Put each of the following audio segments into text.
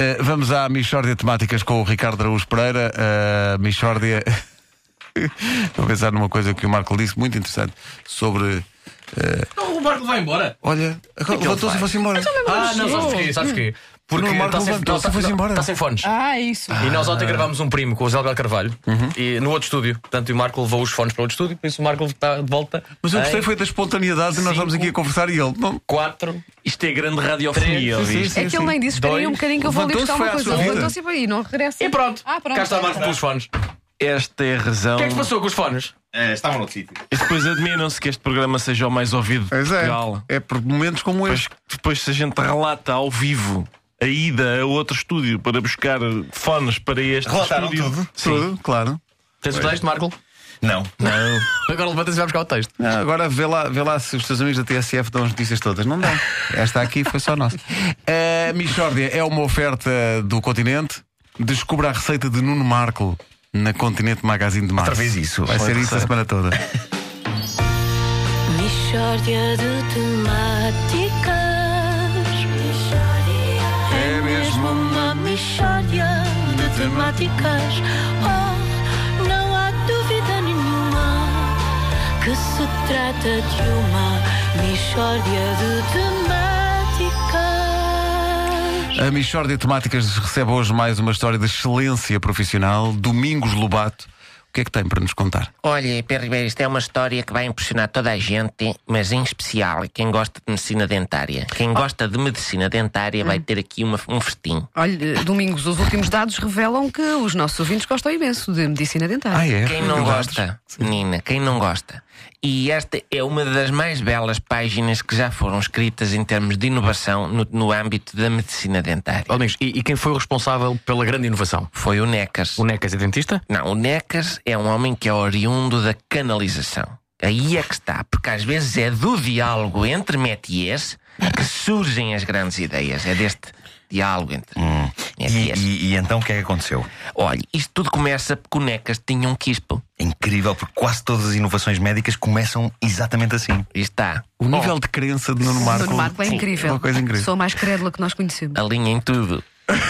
Vamos à Mixórdia Temáticas com o Ricardo Araújo Pereira. Mixórdia. Vou pensar numa coisa que o Marco disse, muito interessante, sobre. O Marco vai embora. Olha, levantou-se e foi-se embora. Não, sabes porquê? Porque o Marco levantou-se e foi-se embora. Está sem fones. Isso. E nós ontem gravámos um primo com o Zé Bel Carvalho e no outro estúdio. Portanto, o Marco levou os fones para o outro estúdio, por isso o Marco está de volta. Mas eu gostei foi da espontaneidade e nós estamos aqui a conversar e ele. Não. 4. Isto é grande radiofonia, ouviste? É que ele nem disse: esperem um bocadinho que eu vou ali buscar uma Levantou-se, coisa. foi à sua Levantou-se e não regressa. E pronto. Pronto. Cá está o Marco pelos fones. Esta é a razão. O que é que se passou com os fones? Estavam no sítio. E depois admiram-se que este programa seja o mais ouvido de Pois é. Portugal. É por momentos como este. Depois, se a gente relata ao vivo a ida a outro estúdio para buscar fones para este Relataram estúdio. tudo? Tudo, claro. Tens o texto, Marco? Não. Agora levanta-se e vai buscar o texto. Agora vê lá se os teus amigos da TSF dão as notícias todas. Não dão. Esta aqui foi só nossa. A Mixórdia é uma oferta do Continente. Descubra a receita de Nuno Marco na Continente Magazine de Março. Outra vez isso. Vai ser isso a semana toda. Mixórdia de temáticas. É mesmo uma mixórdia de temáticas. Oh, não há dúvida nenhuma que se trata de uma mixórdia de temáticas. A Mixórdia de Temáticas recebe hoje mais uma história de excelência profissional. Domingos Lobato. O que é que tem para nos contar? Olha, Pedro Ribeiro, isto é uma história que vai impressionar toda a gente, mas em especial quem gosta de medicina dentária. Quem gosta de medicina dentária vai ter aqui um festim. Olha, Domingos, os últimos dados revelam que os nossos ouvintes gostam imenso de medicina dentária. É? Quem não gosta, menina, quem não gosta? E esta é uma das mais belas páginas que já foram escritas em termos de inovação no âmbito da medicina dentária. Domingos, e quem foi o responsável pela grande inovação? Foi o Necas. O Necas é dentista? Não, o Necas é um homem que é oriundo da canalização. Aí é que está, porque às vezes é do diálogo entre métiers que surgem as grandes ideias. É deste diálogo entre métiers. E então o que é que aconteceu? Olha, isto tudo começa porque o Necas tinha um quispo. É incrível, porque quase todas as inovações médicas começam exatamente assim. Aí está. O nível de crença de Nuno Marco. Nuno Marco é incrível. Uma coisa incrível. Sou a mais crédula que nós conhecemos. Alinha em tudo.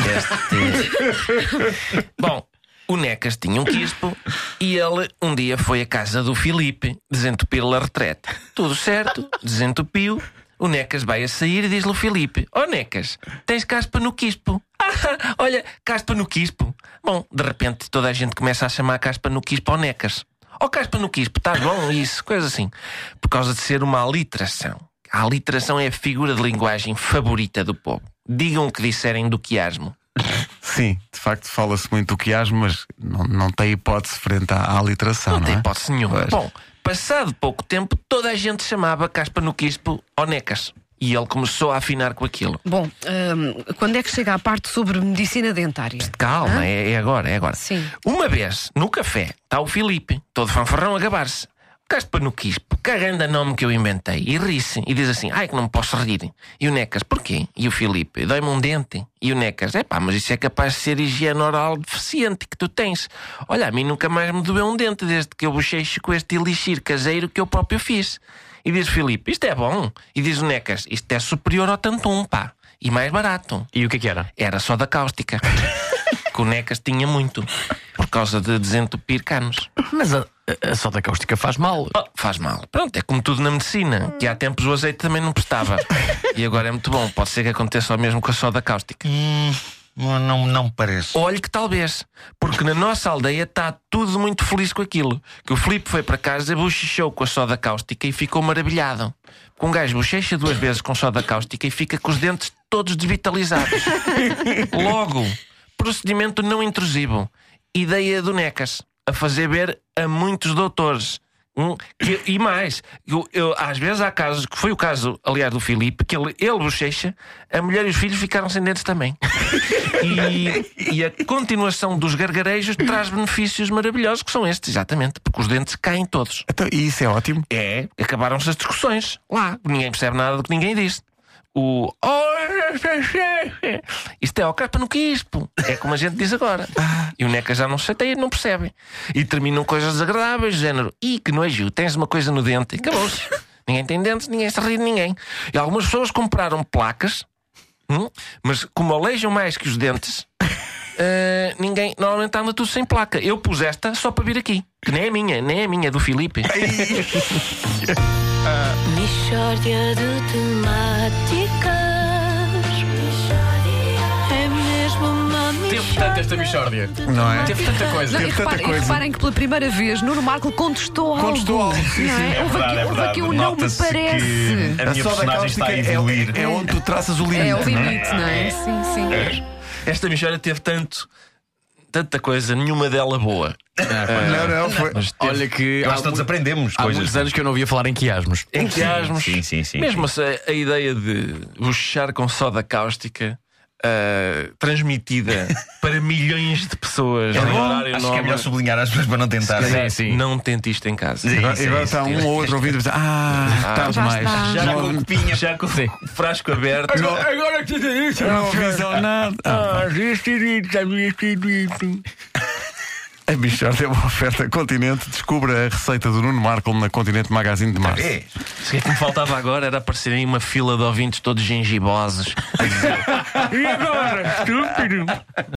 Bom, o Necas tinha um quispo e ele um dia foi à casa do Filipe desentupir-lhe a retrete. Tudo certo, desentupiu. O Necas vai a sair e diz-lhe ao Filipe: "Oh Necas, tens caspa no quispo." Olha, caspa no quispo. Bom, de repente toda a gente começa a chamar caspa no quispo ao Necas. "Oh, caspa no quispo, estás bom?" Isso, coisa assim. Por causa de ser uma aliteração. A aliteração é a figura de linguagem favorita do povo. Digam o que disserem do quiasmo. Sim, de facto fala-se muito do quiasmo, mas não tem hipótese frente à aliteração. Não tem é? hipótese nenhuma. Pois. Bom, passado pouco tempo, toda a gente chamava caspa no quispo ao Necas. E ele começou a afinar com aquilo. Bom, quando é que chega a parte sobre medicina dentária? Calma, é agora, é agora. Sim. Uma vez, no café, está o Filipe, todo fanfarrão a gabar-se. Caspa no quispo, que grande nome que eu inventei. E ri-se e diz assim: "Ai, que não me posso rir." E o Necas: "Porquê?" E o Filipe: "Dói-me um dente." E o Necas: "Epá, mas isso é capaz de ser higiene oral deficiente que tu tens. Olha, a mim nunca mais me doeu um dente desde que eu bochecho com este elixir caseiro que eu próprio fiz." E diz o Filipe: "Isto é bom." E diz o Necas: "Isto é superior ao tantum, pá. E mais barato." E o que era? Era só da cáustica. Que o Necas tinha muito, por causa de desentupir canos. Mas a soda cáustica faz mal. Faz mal. Pronto, é como tudo na medicina, que há tempos o azeite também não prestava. E agora é muito bom. Pode ser que aconteça o mesmo com a soda cáustica. Não me parece. Olhe que talvez, porque na nossa aldeia está tudo muito feliz com aquilo. Que o Filipe foi para casa, bochechou com a soda cáustica e ficou maravilhado. Com um gajo bochecha 2 vezes com soda cáustica e fica com os dentes todos desvitalizados. Logo, procedimento não intrusivo. Ideia do Necas, a fazer ver a muitos doutores. E mais, às vezes há casos, que foi o caso, aliás, do Filipe, que ele bochecha, a mulher e os filhos ficaram sem dentes também. E a continuação dos gargarejos traz benefícios maravilhosos, que são estes, exatamente, porque os dentes caem todos. Então, e isso é ótimo. É, acabaram-se as discussões lá, ninguém percebe nada do que ninguém disse. Isto é o caspa no quispo. É como a gente diz agora. E o Necas já não se chateia, não percebe. E terminam coisas desagradáveis, do género: "Ih, que nojo, tens uma coisa no dente." E acabou-se. Ninguém tem dentes, ninguém se ri de ninguém. E algumas pessoas compraram placas Mas como alejam mais que os dentes, ninguém normalmente anda tudo sem placa. Eu pus esta só para vir aqui, que nem é minha, é do Filipe. Mixórdia de temáticas. É mesmo uma Teve tanto esta mixórdia. Mixórdia. Não é? Teve tanta coisa. Não, e reparem que pela primeira vez Nuno Marco contestou algo. Contestou algo, sim, Não é? sim. Houve aqui um não me Nota-se parece. que a minha soda personagem está a cáustica evoluir. é onde tu traças o limite. É o não é? limite, não é? Sim, sim. Esta Mixórdia teve tanta coisa, nenhuma dela boa. Não, foi. Mas teve Olha que Nós todos aprendemos há coisas. muitos anos que eu não ouvia falar em quiasmos. entusiasmos. Sim. Mesmo a ideia de bochechar com soda cáustica transmitida para milhões de pessoas em horário Acho que é nobre. melhor sublinhar às pessoas para não tentar. Sim. Não tente isto em casa. Agora está um ou outro ouvido a dizer: está já demais. está. Já Não- com copinha, já com o frasco aberto. Agora que isso, não avisam nada. A Mixórdia é uma oferta Continente. Descubra a receita do Nuno Marco na Continente Magazine de Março. O que me faltava agora era aparecer aí uma fila de ouvintes todos gengibosos. E agora, estúpido?